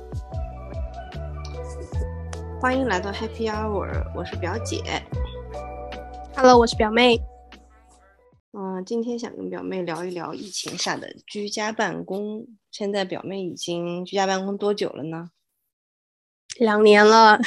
欢迎来到 Happy Hour， 我是表姐。 Hello， 我是表妹。 今天想跟表妹聊一聊疫情下的居家办公。现在表妹已经居家办公多久了呢 ？2年了，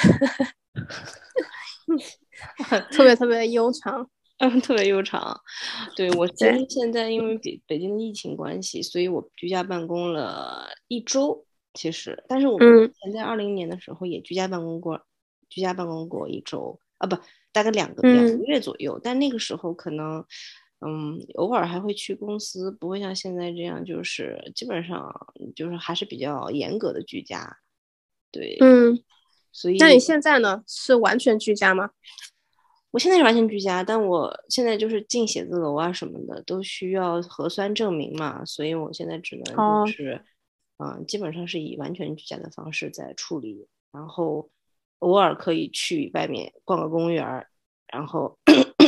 特别悠长。 特别悠长。对，我其实现在因为北京的疫情关系，所以我居家办公了1周。其实，但是我们以前在20年的时候也居家办公过1周啊，不，大概两个月左右。但那个时候可能，偶尔还会去公司，不会像现在这样，就是基本上就是还是比较严格的居家。对，所以那你现在呢？是完全居家吗？ 我现在是完全居家，但我现在就是进写字楼啊什么的都需要核酸证明嘛，所以我现在只能就是，基本上是以完全居家的方式在处理，然后偶尔可以去外面逛个公园，然后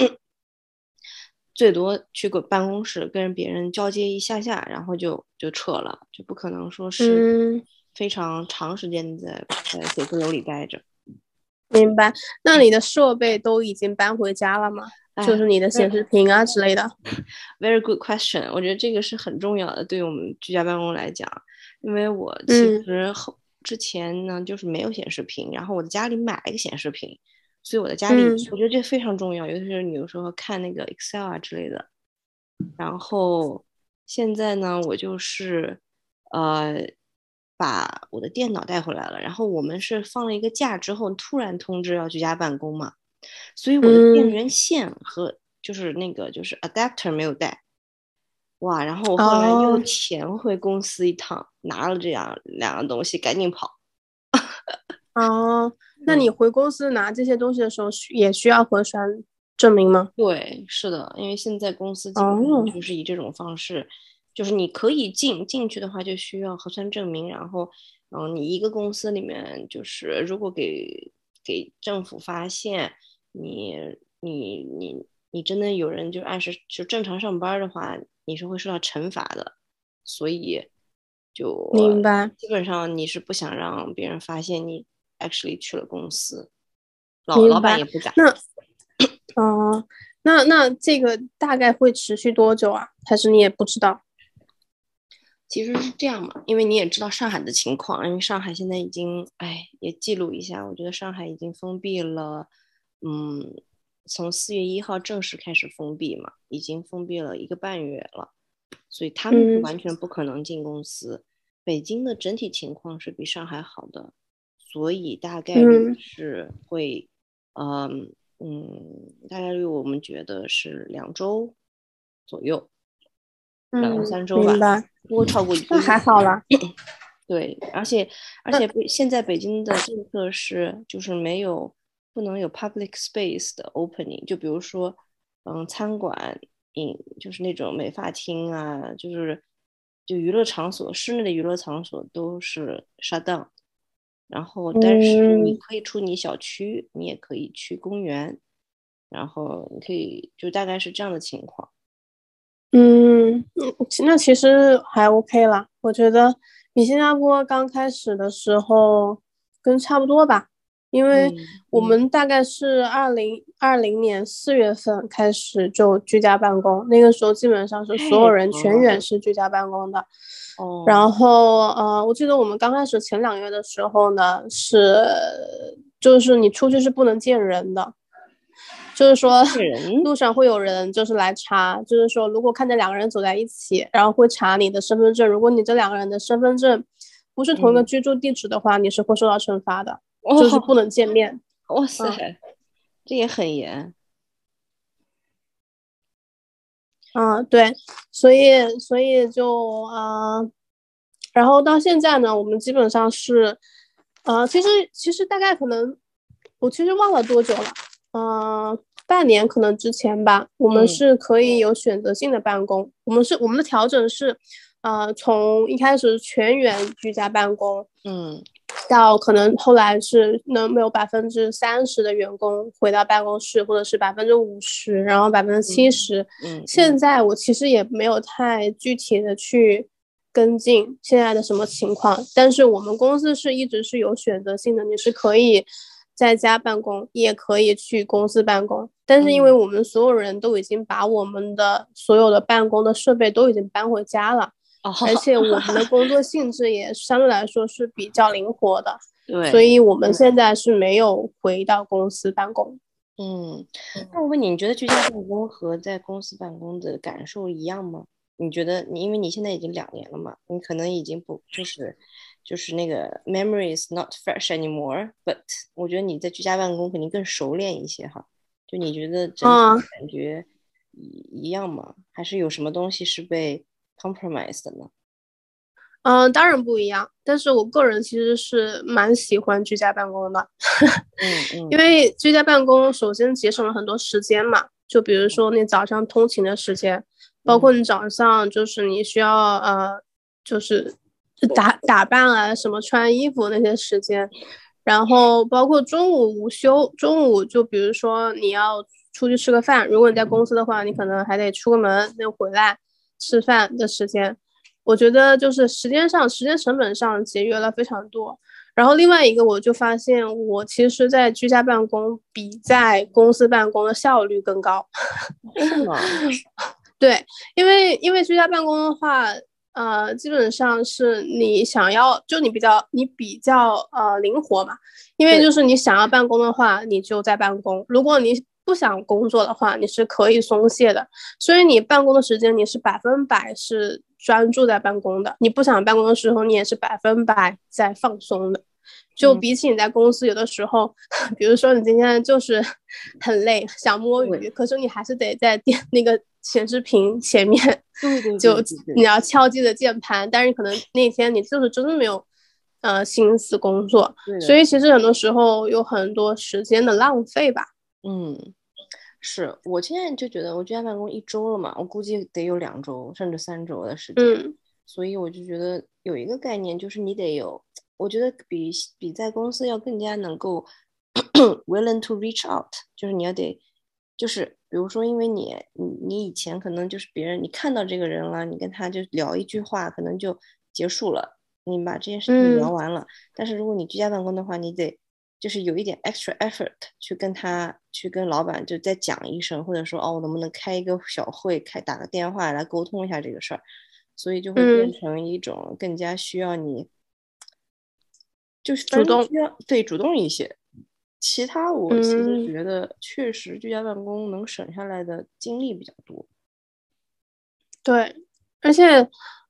最多去个办公室跟别人交接一下，然后就撤了，就不可能说是非常长时间在写字楼里待着。 明白。那你的设备都已经搬回家了吗？就是你的显示屏啊之类的。 Very good question， 我觉得这个是很重要的，对于我们居家办公来讲，因为我其实之前呢就是没有显示屏，然后我在家里买了一个显示屏，所以我在家里我觉得这非常重要，尤其是你有时候看那个 Excel 啊之类的。然后现在呢，我就是把我的电脑带回来了，然后我们是放了一个假之后，突然通知要居家办公嘛，所以我的电源线和就是那个就是 adapter 没有带，哇，然后我后来又潜回公司一趟，拿了这样2个东西，赶紧跑。 那你回公司拿这些东西的时候也需要核酸证明吗？ 对，是的，因为现在公司基本上就是以这种方式，就是你可以进去的话，就需要核酸证明。然后，你一个公司里面，就是如果给政府发现你真的有人就按时就正常上班的话，你是会受到惩罚的。所以就明白， 基本上你是不想让别人发现你 actually 去了公司，老板也不敢。 那这个大概会持续多久啊？还是你也不知道？ 其实是这样嘛，因为你也知道上海的情况，因为上海现在已经，也记录一下，我觉得上海已经封闭了，从4月1号正式开始封闭嘛，已经封闭了1个半月了，所以他们是完全不可能进公司。北京的整体情况是比上海好的，所以大概率是会，大概率我们觉得是2周左右。2到3周吧， 明白， 不会超过1个月。 那还好啦。 对，而且现在北京的政策是，就是不能有 public space 的 opening， 就比如说，餐馆、就是那种美发厅啊，就娱乐场所，室内的娱乐场所都是 shut down。然后，但是你可以出你小区，你也可以去公园，然后你可以就大概是这样的情况。 那其实还 OK 啦，我觉得比新加坡刚开始的时候跟差不多吧，因为我们大概是2020年4月份开始就居家办公，那个时候基本上是所有人全员是居家办公的。然后我记得我们刚开始前2个月的时候呢，就是你出去是不能见人的。就是说路上会有人就是来查，就是说如果看见2个人走在一起，然后会查你的身份证，如果你这2个人的身份证不是同一个居住地址的话，你是会受到惩罚的，就是不能见面。 哇塞，这也很严。 对，所以就然后到现在呢，我们基本上是其实大概可能我其实忘了多久了，半年可能之前吧，我们是可以有选择性的办公。我们的调整是，从一开始全员居家办公，到可能后来是能有30%的员工回到办公室，或者是50%，然后70%。现在我其实也没有太具体的去跟进现在的什么情况。但是我们公司是一直是有选择性的，你是可以在家办公，也可以去公司办公。但是因为我们所有人都已经把我们的所有的办公的设备都已经搬回家了，而且我们的工作性质也相对来说是比较灵活的，所以我们现在是没有回到公司办公。 那我问你，你觉得居家办公和在公司办公的感受一样吗？你觉得因为你现在已经2年了嘛，你可能已经不就是那个 memory is not fresh anymore，but 我觉得你在居家办公肯定更熟练一些哈。就你觉得整体感觉一样吗？还是有什么东西是被 compromise 的呢？ 当然不一样，但是我个人其实是蛮喜欢居家办公的。因为居家办公首先节省了很多时间嘛，就比如说你早上通勤的时间，包括你早上就是你需要就是打扮啊，什么穿衣服那些时间，然后包括中午午休，中午就比如说你要出去吃个饭，如果你在公司的话，你可能还得出个门，再回来吃饭的时间，我觉得就是时间成本上节约了非常多。然后另外一个，我就发现我其实在居家办公比在公司办公的效率更高。 是吗？ 对，因为居家办公的话，基本上是你想要，就你比较灵活嘛，因为就是你想要办公的话，你就在办公；如果你不想工作的话，你是可以松懈的。所以你办公的时间你是100%是专注在办公的，你不想办公的时候，你也是100%在放松的。就比起你在公司有的时候，比如说你今天就是很累，想摸鱼，可是你还是得在那个显示屏前面，就你要敲击着键盘，但是可能那天你就是真的没有心思工作，所以其实很多时候有很多时间的浪费吧。 是我现在就觉得我居家办公1周了嘛，我估计得有2周甚至3周的时间，所以我就觉得有一个概念就是你得有，我觉得比在公司要更加能够willing to reach out， 就是你要得，就是比如说因为你以前可能就是别人你看到这个人了，你跟他就聊一句话可能就结束了，你把这件事情聊完了，但是如果你居家办公的话，你得就是有一点 extra effort 去跟老板就再讲一声，或者说我能不能开一个小会，打个电话来沟通一下这个事儿，所以就会变成一种更加需要你就是主动， 对，主动一些。其他我其实觉得确实居家办公能省下来的精力比较多。 对，而且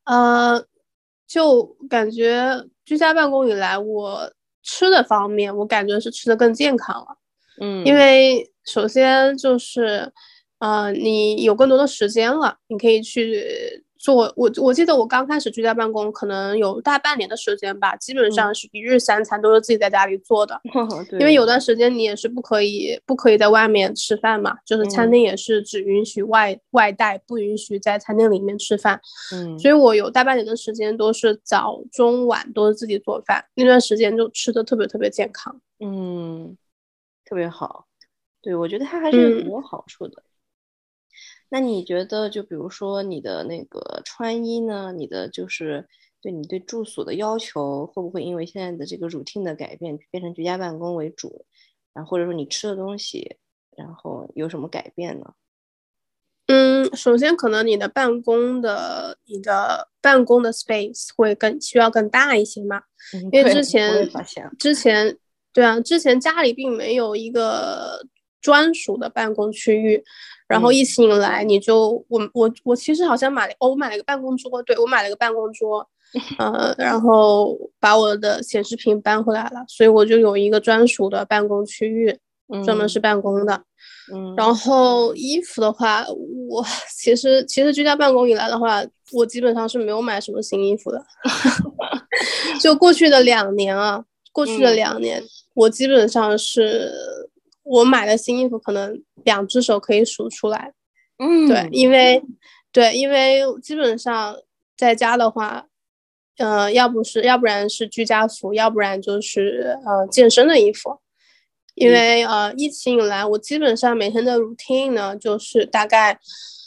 就感觉居家办公以来，我吃的方面我感觉是吃的更健康了。因为首先就是你有更多的时间了，你可以去做。我记得我刚开始居家办公可能有大半年的时间吧，基本上是1日3餐都是自己在家里做的。因为有段时间你也是不可以在外面吃饭嘛，就是餐厅也是只允许外带，不允许在餐厅里面吃饭。所以我有大半年的时间都是早中晚都是自己做饭，那段时间就吃的特别特别健康。 特别好，对，我觉得它还是有很多好处的。那你觉得，就比如说你的那个穿衣呢，你的就是你对住所的要求，会不会因为现在的这个 routine 的改变，变成居家办公为主？然后或者说你吃的东西，然后有什么改变呢？ 首先可能你的办公的 space 会需要更大一些嘛，因为之前对啊，之前家里并没有一个专属的办公区域，然后疫情以来，你就我其实好像我买了一个办公桌，对，我买了一个办公桌，然后把我的显示屏搬回来了，所以我就有一个专属的办公区域，专门是办公的。然后衣服的话，我其实居家办公以来的话，我基本上是没有买什么新衣服的。就过去的2年啊，我基本上是我买的新衣服可能2只手可以数出来。对，因为基本上在家的话，要不然是居家服，要不然就是健身的衣服。因为疫情以来，我基本上每天的 routine 呢，就是大概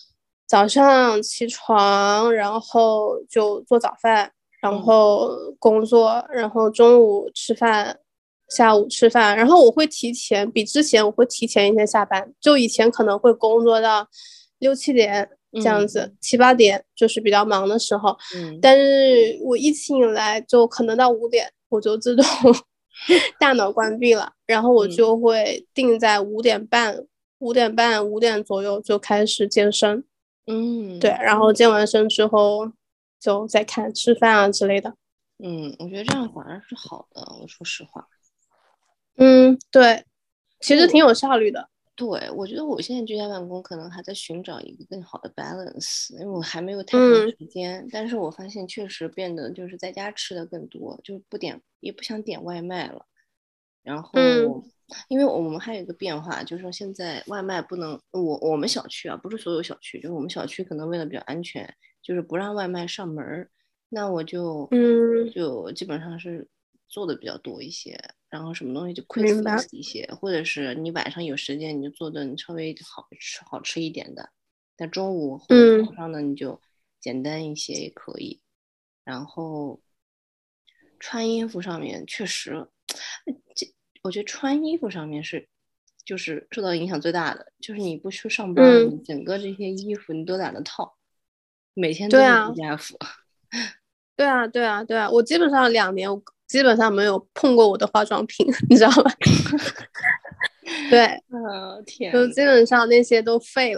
早上起床，然后就做早饭，然后工作，然后中午吃饭，下午吃饭，然后我会提前，比之前我会提前一天下班，就以前可能会工作到6、7点这样子，7、8点就是比较忙的时候，但是我疫情以来就可能到5点我就自动大脑关闭了，然后我就会定在5点半、5点左右就开始健身。对，然后健完身之后就再看吃饭啊之类的。 我觉得这样反而是好的，我说实话。 对，其实挺有效率的。 对，我觉得我现在居家办公可能还在寻找一个更好的 balance，因为我还没有太长时间，但是我发现确实变得就是在家吃的更多，就也不想点外卖了。然后，因为我们还有一个变化，就是说现在外卖不能，我们小区啊，不是所有小区，就是我们小区可能为了比较安全，就是不让外卖上门儿，那我就基本上是做的比较多一些，然后什么东西就 quick fix 一些，或者是你晚上有时间你就做顿稍微好吃一点的，但中午或者早上呢你就简单一些也可以，然后穿衣服上面确实。我觉得穿衣服上面就是受到影响最大的，就是你不去上班了，你整个这些衣服你都懒得套，每天都是居家服。 对啊，我基本上2年，我基本上没有碰过我的化妆品，你知道吧？对， 天， 就基本上那些都废了。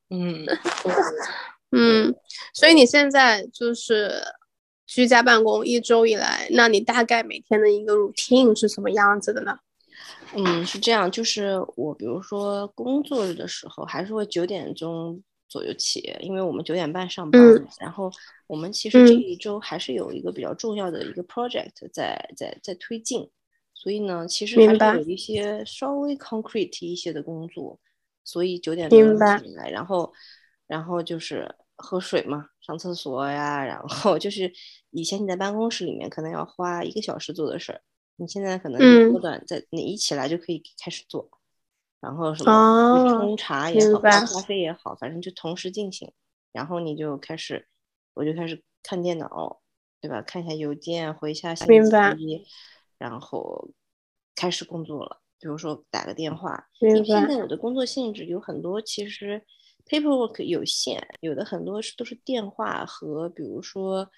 所以你现在就是居家办公1周以来，那你大概每天的一个 routine 是什么样子的呢？ 是这样，就是我比如说工作日的时候，还是会9点钟左右起，因为我们9点半上班，然后我们其实这一周还是有一个比较重要的一个 project 在推进，所以呢，其实还是有一些稍微 concrete 一些的工作，所以9点钟起来，然后就是喝水嘛，上厕所呀，然后就是以前你在办公室里面可能要花1个小时做的事儿。你现在可能就缩短，你一起来就可以开始做，然后什么冲茶也好，泡咖啡也好，反正就同时进行。然后我就开始看电脑，对吧？看一下邮件，回一下信息，然后开始工作了。比如说打个电话，因为现在我的工作性质有很多，其实 paperwork 有限，有的很多都是电话和比如说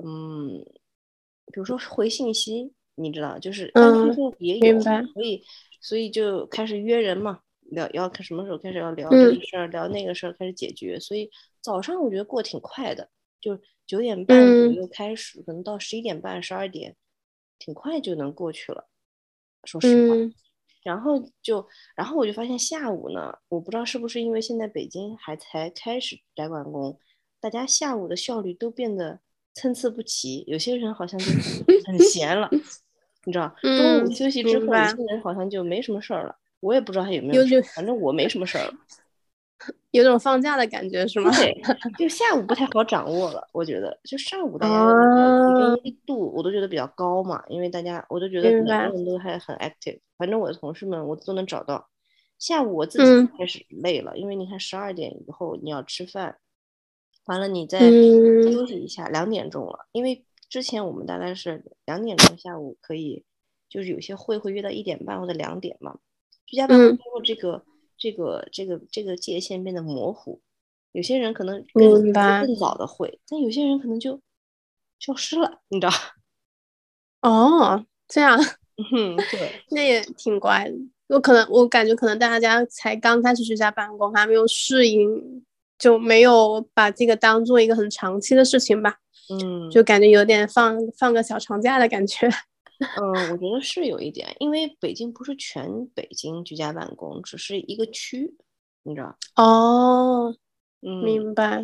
回信息。你知道，就是但是就也有，所以就开始约人嘛，要看什么时候开始要聊这个事儿，聊那个事儿，开始解决。所以早上我觉得过挺快的，就9点半左右开始，可能到11点半、12点，挺快就能过去了。说实话，然后我就发现下午呢，我不知道是不是因为现在北京才开始宅管工，大家下午的效率都变得参差不齐，有些人好像就很闲了。你知道，中午休息之后，有些人好像就没什么事儿了。我也不知道他有没有事儿，反正我没什么事儿了。 有种放假的感觉是吗？ 对，就下午不太好掌握了，我觉得。就上午大家的那个集中力度，我都觉得比较高嘛，因为我都觉得每个人都还很 active。反正我的同事们，我都能找到。下午我自己开始累了，因为你看12点以后你要吃饭，完了你再休息一下，2点钟了。因为之前我们大概是2点钟下午可以，就是有些会约到1点半或者2点嘛。居家办公之后，这个界限变得模糊，有些人可能更早的会，但有些人可能就消失了，你知道？ 哦，这样， 对， 那也挺乖的。我感觉可能大家才刚开始居家办公，还没有适应，就没有把这个当做一个很长期的事情吧。就感觉有点放个小长假的感觉。 我觉得是有一点，因为北京不是全北京居家办公，只是一个区，你知道？ 哦，明白。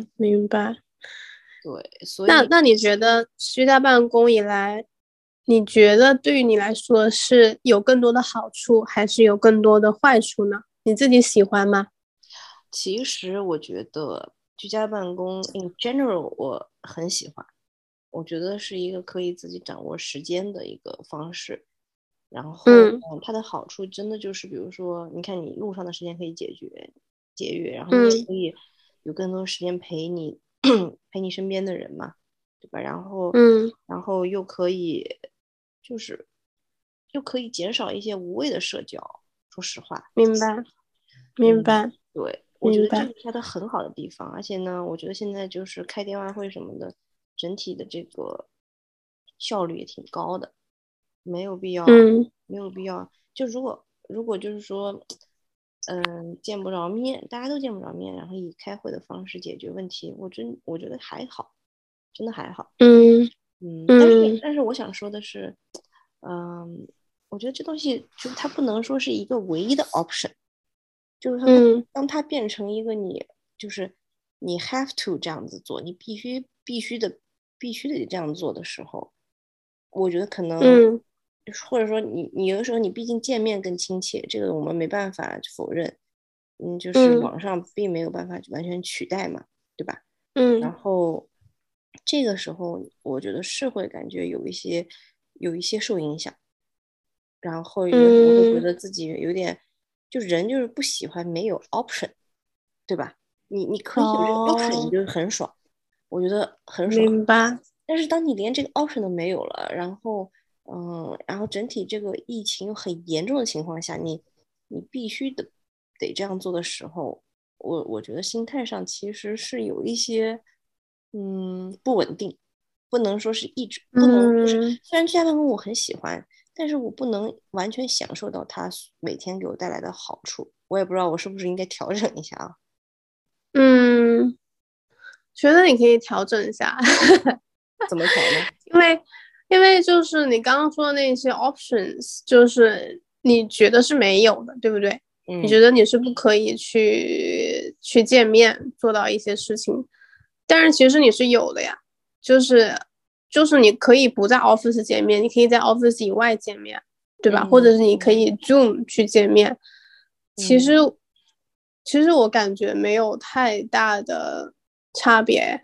对，所以那你觉得居家办公以来，你觉得对于你来说是有更多的好处，还是有更多的坏处呢？你自己喜欢吗？ 其实我觉得居家办公 in general 我很喜欢，我觉得是一个可以自己掌握时间的一个方式。然后，它的好处真的就是，比如说，你看你路上的时间可以节约，然后你也可以有更多时间陪你陪你身边的人嘛，对吧？然后又可以就是又可以减少一些无谓的社交，说实话。 明白，明白， 对，我觉得这明白。 是它的很好的地方，而且呢，我觉得现在就是开电话会什么的，整体的这个效率也挺高的，没有必要，没有必要。就如果就是说，见不着面，大家都见不着面，然后以开会的方式解决问题，我觉得还好，真的还好。但是我想说的是，我觉得这东西就是它不能说是一个唯一的 option。就是说当它变成一个就是你 have to 这样子做，你必须得这样做的时候，我觉得可能，或者说你有的时候你毕竟见面更亲切，这个我们没办法否认，就是网上并没有办法完全取代嘛，对吧？然后这个时候我觉得是会感觉有一些受影响。然后有的时候会觉得自己有点，就人就是不喜欢没有 option，对吧？你可以有这个 option，你就很爽，我觉得很爽。 明白。 但是当你连这个 option 都没有了，然后整体这个疫情又很严重的情况下，你必须得这样做的时候，我觉得心态上其实是有一些不稳定，不能说是一直不能就是虽然居家办公我很喜欢。但是我不能完全享受到它每天给我带来的好处，我也不知道我是不是应该调整一下啊。 觉得你可以调整一下。 怎么调呢？ 因为就是你刚刚说的那些 options，就是你觉得是没有的，对不对？你觉得你是不可以去见面做到一些事情，但是其实你是有的呀，就是你可以不在 office 见面，你可以在 office 以外见面，对吧？或者是你可以 Zoom 去见面。其实我感觉没有太大的差别。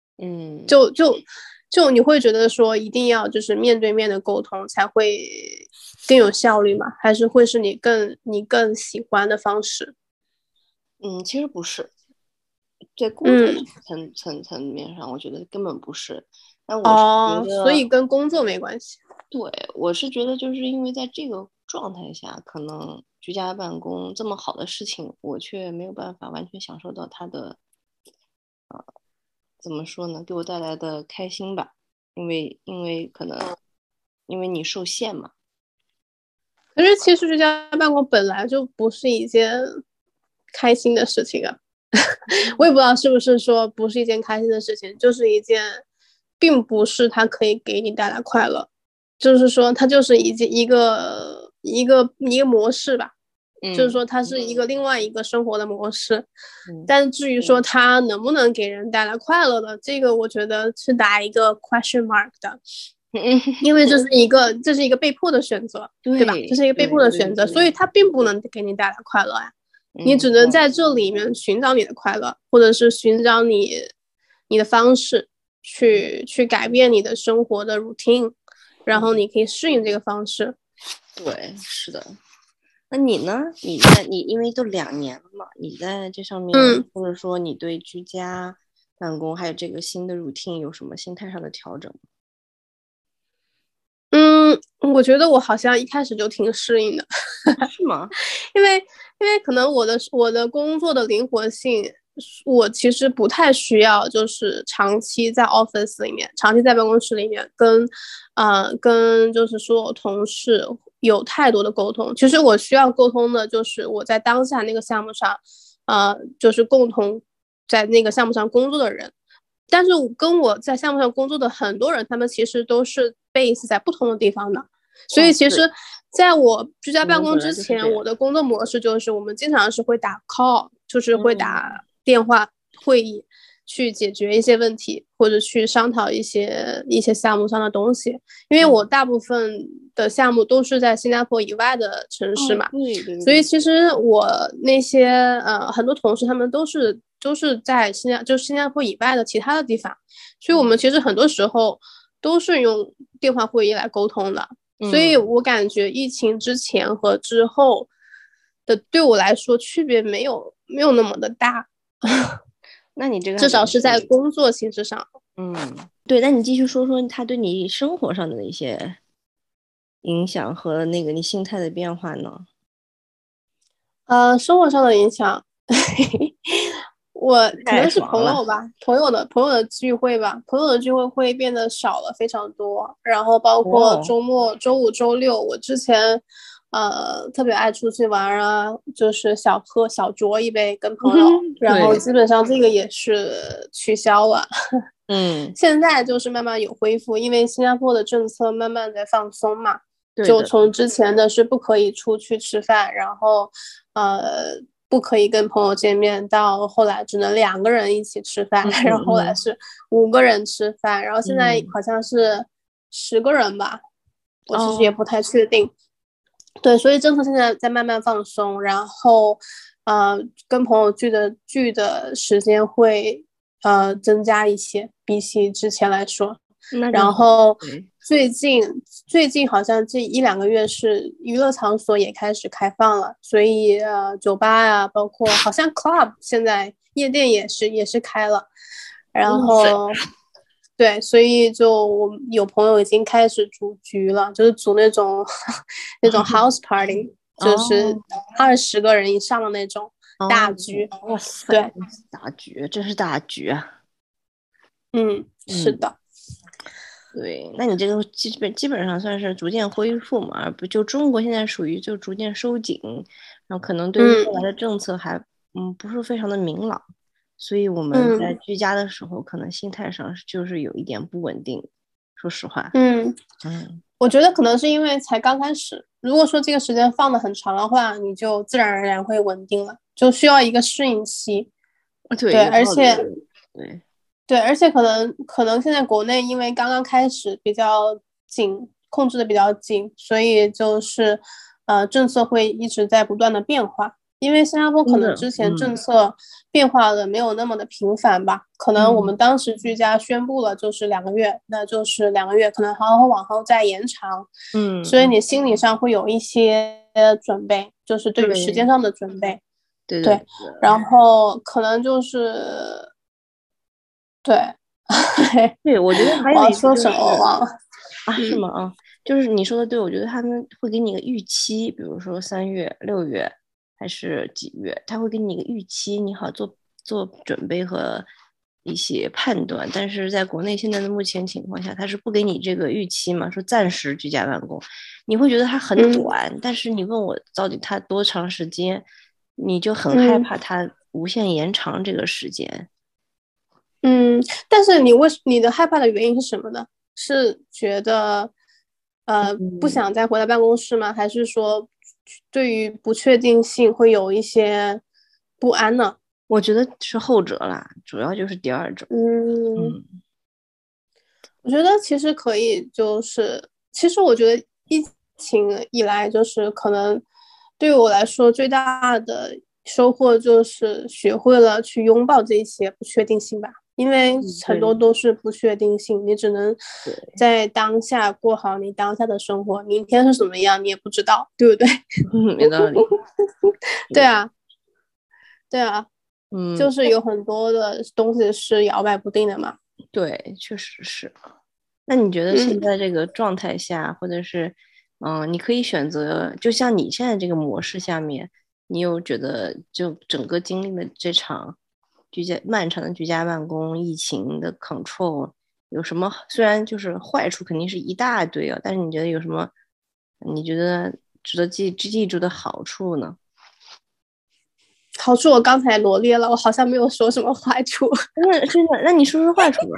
就你会觉得说一定要就是面对面的沟通才会更有效率吗？还是会是你更喜欢的方式？ 其实不是，在工作层面上，我觉得根本不是。但我是觉得， 所以跟工作没关系。 对，我是觉得就是因为在这个状态下，可能居家办公这么好的事情，我却没有办法完全享受到它的，怎么说呢，给我带来的开心吧。因为可能因为你受限嘛。 可是其实居家办公本来就不是一件开心的事情啊。我也不知道是不是说不是一件开心的事情，就是一件并不是它可以给你带来快乐，就是说它就是一个模式吧。就是说它是一个另外一个生活的模式。但至于说它能不能给人带来快乐的，这个我觉得是打一个 question mark 的。因为这是一个被迫的选择，对吧？这是一个被迫的选择，所以它并不能给你带来快乐呀。你只能在这里面寻找你的快乐，或者是寻找你的方式去改变你的生活的 routine， 然后你可以适应这个方式。 对，是的。那你呢？你因为都2年了嘛，你在这上面，或者说你对居家办公还有这个新的 routine 有什么心态上的调整吗？ 我觉得我好像一开始就挺适应的。 是吗？ 因为可能我的工作的灵活性，我其实不太需要就是长期在 office 里面，长期在办公室里面跟就是说同事有太多的沟通。其实我需要沟通的就是我在当下那个项目上，就是共同在那个项目上工作的人。但是跟我在项目上工作的很多人，他们其实都是 base 在不同的地方的。所以其实在我居家办公之前，我的工作模式就是我们经常是会打 call， 就是会打电话会议去解决一些问题，或者去商讨一些项目上的东西。因为我大部分的项目都是在新加坡以外的城市嘛，所以其实我那些很多同事他们都是在新加坡以外的其他的地方，所以我们其实很多时候都是用电话会议来沟通的。所以我感觉疫情之前和之后的对我来说区别没有那么的大。 那你这个至少是在工作性质上。 对，那你继续说说他对你生活上的一些影响和那个你心态的变化呢？ 生活上的影响，我可能是朋友吧，朋友的聚会吧，朋友的聚会会变得少了非常多，然后包括周末、周五、周六，我之前特别爱出去玩啊，就是小酌一杯跟朋友，然后基本上这个也是取消了。现在就是慢慢有恢复，因为新加坡的政策慢慢在放松嘛。就从之前的是不可以出去吃饭，然后不可以跟朋友见面，到后来只能2个人一起吃饭，然后后来是5个人吃饭，然后现在好像是10个人吧，我其实也不太确定。对，所以政策现在在慢慢放松，然后跟朋友聚的时间会增加一些，比起之前来说。然后最近好像这1-2个月是娱乐场所也开始开放了，所以酒吧啊，包括好像 club 现在夜店也是开了，然后对，所以就我有朋友已经开始组局了，就是组那种house party，就是20个人以上的那种大局。 哇塞， 对， 大局，这是大局啊。 是的。 对，那你这个基本上算是逐渐恢复嘛，而不就中国现在属于就逐渐收紧，然后可能对于未来的政策还不是非常的明朗，所以我们在居家的时候可能心态上就是有一点不稳定，说实话。 我觉得可能是因为才刚开始，如果说这个时间放得很长的话，你就自然而然会稳定了，就需要一个适应期。对，而且对，而且可能现在国内因为刚刚开始比较紧，控制的比较紧，所以就是政策会一直在不断的变化。因为新加坡可能之前政策变化的没有那么的频繁吧，可能我们当时居家宣布了就是2个月，那就是2个月，可能还会往后再延长。所以你心理上会有一些准备，就是对于时间上的准备。对，然后可能就是对，我觉得还有一个说什么我忘了是吗？就是你说的对，我觉得他们会给你一个预期，比如说3月、6月还是几月，他会给你一个预期，你好做准备和一些判断。但是在国内现在的目前情况下，他是不给你这个预期嘛，说暂时居家办公，你会觉得它很短，但是你问我到底它多长时间，你就很害怕它无限延长这个时间。 但是你的害怕的原因是什么呢？是觉得不想再回来办公室吗？还是说对于不确定性会有一些不安呢？ 我觉得是后者啦，主要就是第二种。 我觉得其实可以，其实我觉得疫情以来，就是可能对于我来说最大的收获就是学会了去拥抱这些不确定性吧。因为很多都是不确定性，你只能在当下过好你当下的生活，明天是怎么样你也不知道，对不对？ 有道理。 对啊，就是有很多的东西是摇摆不定的嘛。 对，确实是。那你觉得现在这个状态下，或者是你可以选择，就像你现在这个模式下面，你有觉得就整个经历了这场漫长的居家办公疫情的 control 有什么？虽然就是坏处肯定是一大堆啊，但是你觉得有什么？你觉得值得记住的好处呢？ 好处我刚才罗列了，我好像没有说什么坏处。 那你说说坏处吧。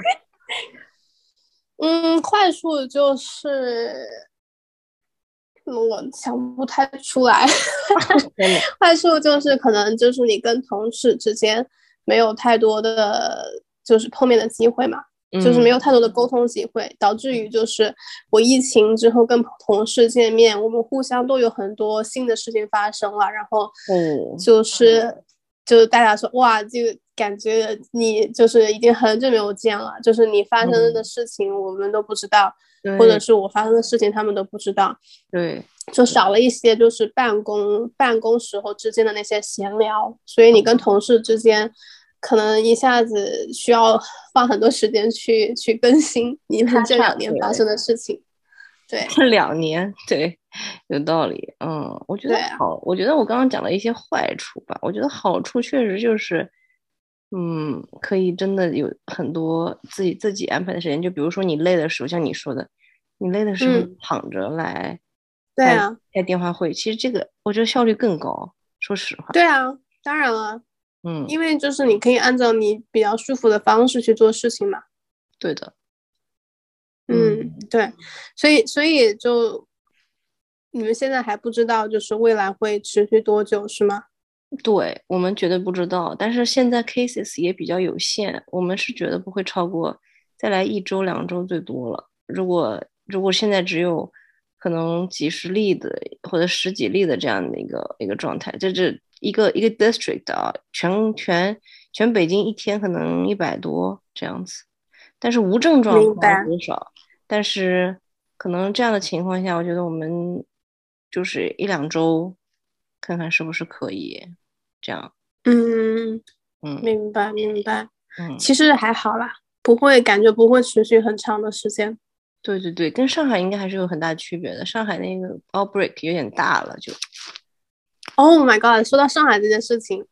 坏处就是我想不太出来。坏处就是可能就是你跟同事之间没有太多的就是碰面的机会嘛，就是没有太多的沟通机会，导致于就是我疫情之后跟同事见面，我们互相都有很多新的事情发生了，然后就是大家说哇，就感觉你就是已经很久没有见了，就是你发生的事情我们都不知道，或者是我发生的事情他们都不知道。 对， 就少了一些就是办公时候之间的那些闲聊，所以你跟同事之间可能一下子需要花很多时间去更新你们这2年发生的事情。对， 这2年，对，有道理。我觉得好，我觉得我刚刚讲了一些坏处吧。我觉得好处确实就是，可以真的有很多自己安排的时间。就比如说你累的时候，像你说的，你累的时候躺着来开电话会，其实这个我觉得效率更高。说实话。 对啊，当然了，因为就是你可以按照你比较舒服的方式去做事情嘛。 对的。 对，所以就你们现在还不知道就是未来会持续多久是吗？ 对，我们绝对不知道，但是现在 cases 也比较有限，我们是觉得不会超过再来1周2周最多了。如果现在只有可能几十例的或者10几例的这样的一个状态，这一个 district 啊，全北京一天可能100多这样子，但是无症状可能多少，但是可能这样的情况下，我觉得我们就是1、2周看看是不是可以这样。 明白。其实还好啦，感觉不会持续很长的时间。 对对对，跟上海应该还是有很大区别的。上海那个 outbreak 有点大了，就。 Oh my god！ 说到上海这件事情，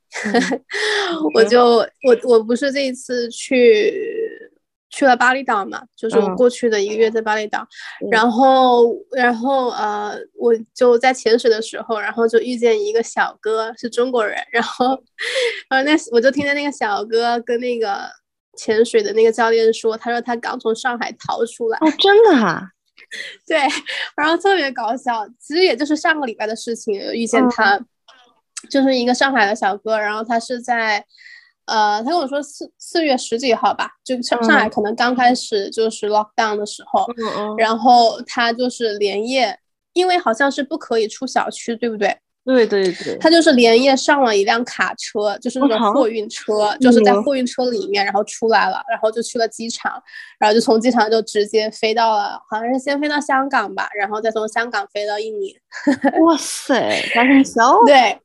我不是这一次去了巴厘岛嘛，就是我过去的1个月在巴厘岛，然后我就在潜水的时候，然后就遇见一个小哥是中国人，然后我就听见那个小哥跟那个潜水的那个教练说，他说他刚从上海逃出来。 真的啊？ 对，然后特别搞笑，其实也就是上个礼拜的事情，遇见他，就是一个上海的小哥，然后他是在他跟我说4月10几号吧，就上海可能刚开始就是 lockdown 的时候，然后他就是连夜，因为好像是不可以出小区，对不对？ 对对对， 他就是连夜上了一辆卡车，就是那种货运车，就是在货运车里面，然后出来了，然后就去了机场，然后就从机场就直接飞到了，好像是先飞到香港吧，然后再从香港飞到印尼。 哇塞，还很小。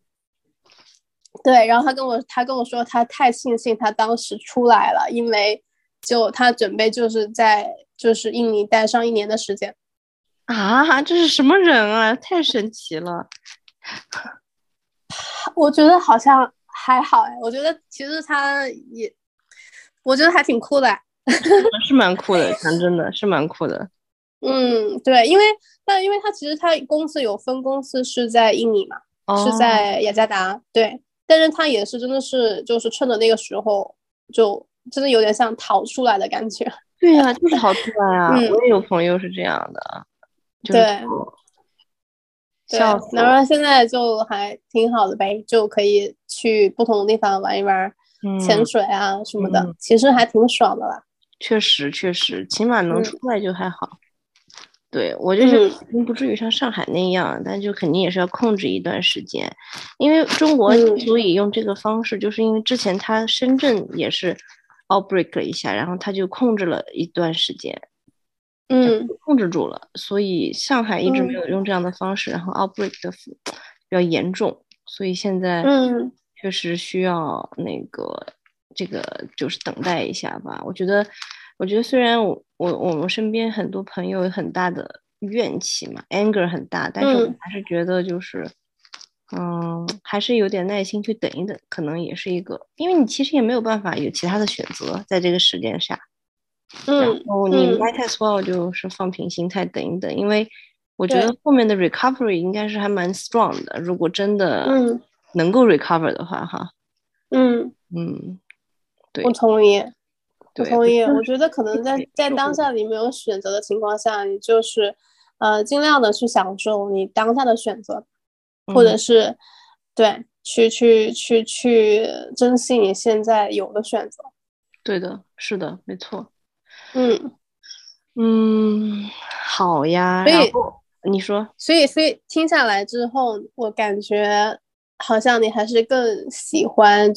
对，然后他跟我说，他太庆幸他当时出来了，因为就他准备就是在印尼待上1年的时间。 啊，这是什么人啊？太神奇了。 我觉得好像还好哎，我觉得其实我觉得还挺酷的。 是蛮酷的，讲真的是蛮酷的。 对，因为他其实他公司有分公司是在印尼嘛，是在雅加达，对，但是他也是真的是就是趁着那个时候就真的有点像逃出来的感觉。 对呀，就是逃出来啊！我也有朋友是这样的， 对，然后现在就还挺好的呗，就可以去不同的地方玩一玩，潜水啊什么的，其实还挺爽的啦。 确实，起码能出来就还好。对，我就是并不至于像上海那样，但就肯定也是要控制一段时间，因为中国所以用这个方式，就是因为之前他深圳也是 outbreak 了一下，然后他就控制了一段时间，控制住了，所以上海一直没有用这样的方式，然后 outbreak 的比较严重，所以现在确实需要这个就是等待一下吧。我觉得虽然我们身边很多朋友有很大的怨气嘛，anger 很大，但是我还是觉得就是还是有点耐心去等一等，可能也是一个，因为你其实也没有办法有其他的选择在这个时间下。然后你 might as well 就是放平心态等一等，因为我觉得后面的 recovery 应该是还蛮 strong 的，如果真的能够 recover 的话哈。对， 我同意。我觉得可能在当下你没有选择的情况下，你就是尽量的去享受你当下的选择，或者是对去珍惜你现在有的选择。 对的，是的，没错。好呀。然后你说， 所以听下来之后，我感觉好像你还是更喜欢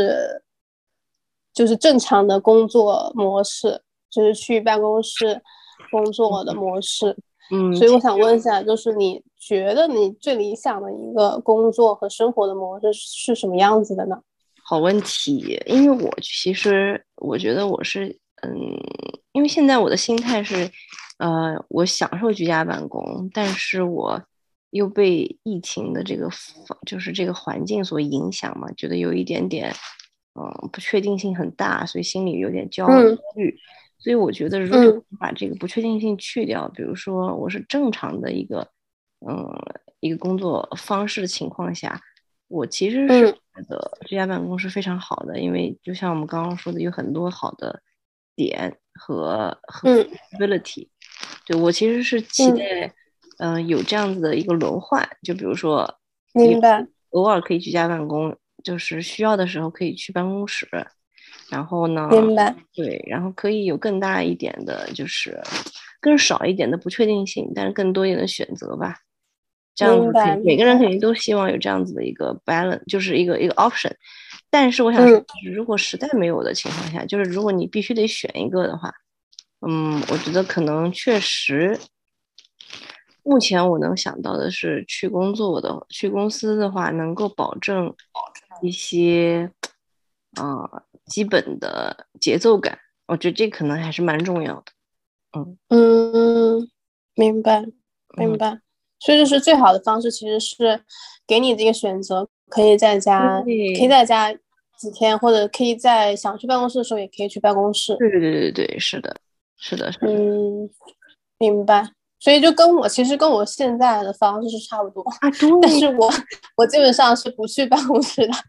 就是正常的工作模式，就是去办公室工作的模式。所以我想问一下，就是你觉得你最理想的一个工作和生活的模式是什么样子的呢？ 好问题，因为我觉得我是因为现在我的心态是，我享受居家办公，但是我又被疫情的就是这个环境所影响嘛，觉得有一点点不确定性很大，所以心里有点焦虑。所以我觉得如果把这个不确定性去掉，比如说我是正常的一个工作方式的情况下，我其实是觉得居家办公是非常好的，因为就像我们刚刚说的，有很多好的点和 flexibility。对，我其实是期待，有这样子的一个轮换，就比如说， 明白， 偶尔可以居家办公，就是需要的时候可以去办公室，然后呢， 明白， 对，然后可以有更大一点的，就是更少一点的不确定性，但是更多一点的选择吧。这样子每个人肯定都希望有这样子的一个 balance，就是一个 option。但是我想说，如果实在没有的情况下，就是如果你必须得选一个的话，我觉得可能确实，目前我能想到的是去去公司的话，能够保证一些基本的节奏感，我觉得这可能还是蛮重要的。 明白，明白。所以就是最好的方式，其实是给你这个选择，可以在家几天，或者可以在想去办公室的时候，也可以去办公室。 对，是的。 明白。所以就其实跟我现在的方式是差不多啊，对。 但是我基本上是不去办公室的。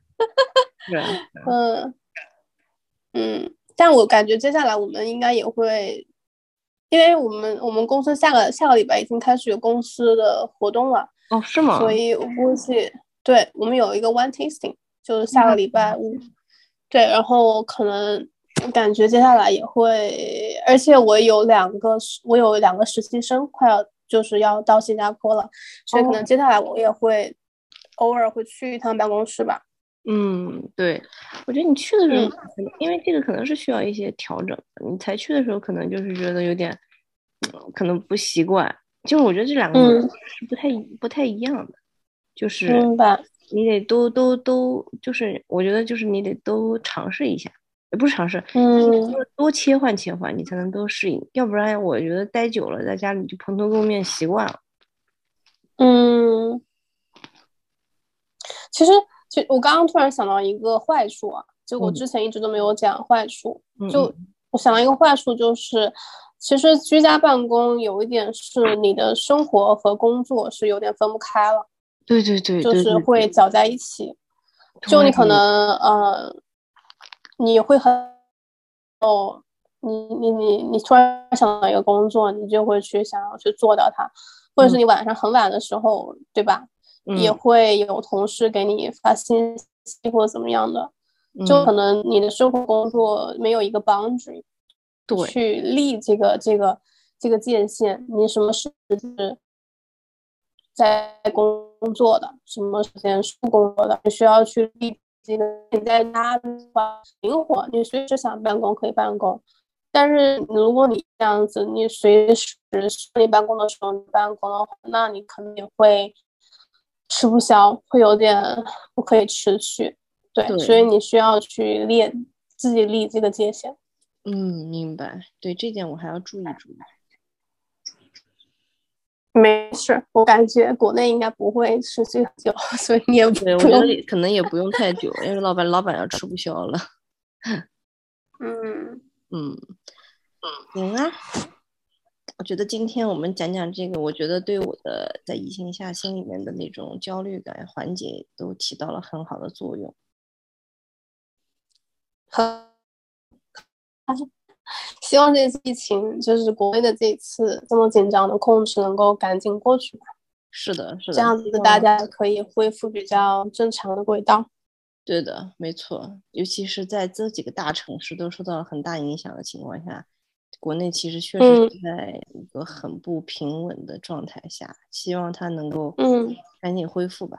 但我感觉接下来我们应该也会，因为我们公司下个礼拜已经开始有公司的活动了。 哦，是吗？ 所以我估计，对，我们有一个 one tasting， 就是下个礼拜5。对，然后可能感觉接下来也会，而且我有两个实习生就是要到新加坡了，所以可能接下来我也会偶尔会去一趟办公室吧。 对，我觉得你去的时候，因为这个可能是需要一些调整的，你才去的时候可能就是觉得有点，可能不习惯。就是我觉得这两个模式是不太一样的，就是你得都，就是我觉得就是你得都尝试一下，也不是尝试，多切换切换，你才能都适应，要不然我觉得待久了在家里就蓬头垢面习惯了。 其实我刚刚突然想到一个坏处啊，就我之前一直都没有讲坏处，就我想到一个坏处就是，其实居家办公有一点是你的生活和工作是有点分不开了。 对， 就是会搅在一起。就你可能你会你突然想到一个工作，你就会想要去做到它，或者是你晚上很晚的时候，对吧？也会有同事给你发信息或者怎么样的，就可能你的生活工作没有一个 boundary， 去立这个界限，你什么事是在工作的，什么时间是不工作的，你需要去立这个。你在家的话灵活，你随时想办公可以办公，但是如果你这样子，你随时你办公的时候你办公的话，那你可能也会吃不消，会有点不可以持续。对，所以你需要去自己立这个界限。 明白。对，这点我还要注意。 没事，我感觉国内应该不会持续很久，所以你也不用。 对，我觉得可能也不用太久，因为老板要吃不消了。行啊。我觉得今天我们讲讲这个，我觉得对我的在疫情下心里面的那种焦虑感缓解都起到了很好的作用。 希望这次疫情就是国内的这一次这么紧张的控制能够赶紧过去吧。 是的， 这样子大家可以恢复比较正常的轨道。 对的，没错，尤其是在这几个大城市都受到了很大影响的情况下，国内其实确实是在一个很不平稳的状态下，希望它能够赶紧恢复吧。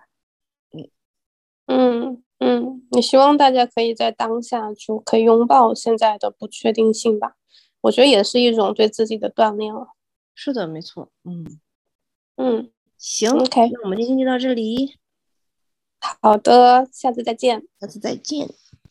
你希望大家可以在当下就可以拥抱现在的不确定性吧，我觉得也是一种对自己的锻炼了。 是的，没错。行 ，OK， 那我们今天就到这里。 好的，下次再见。 下次再见。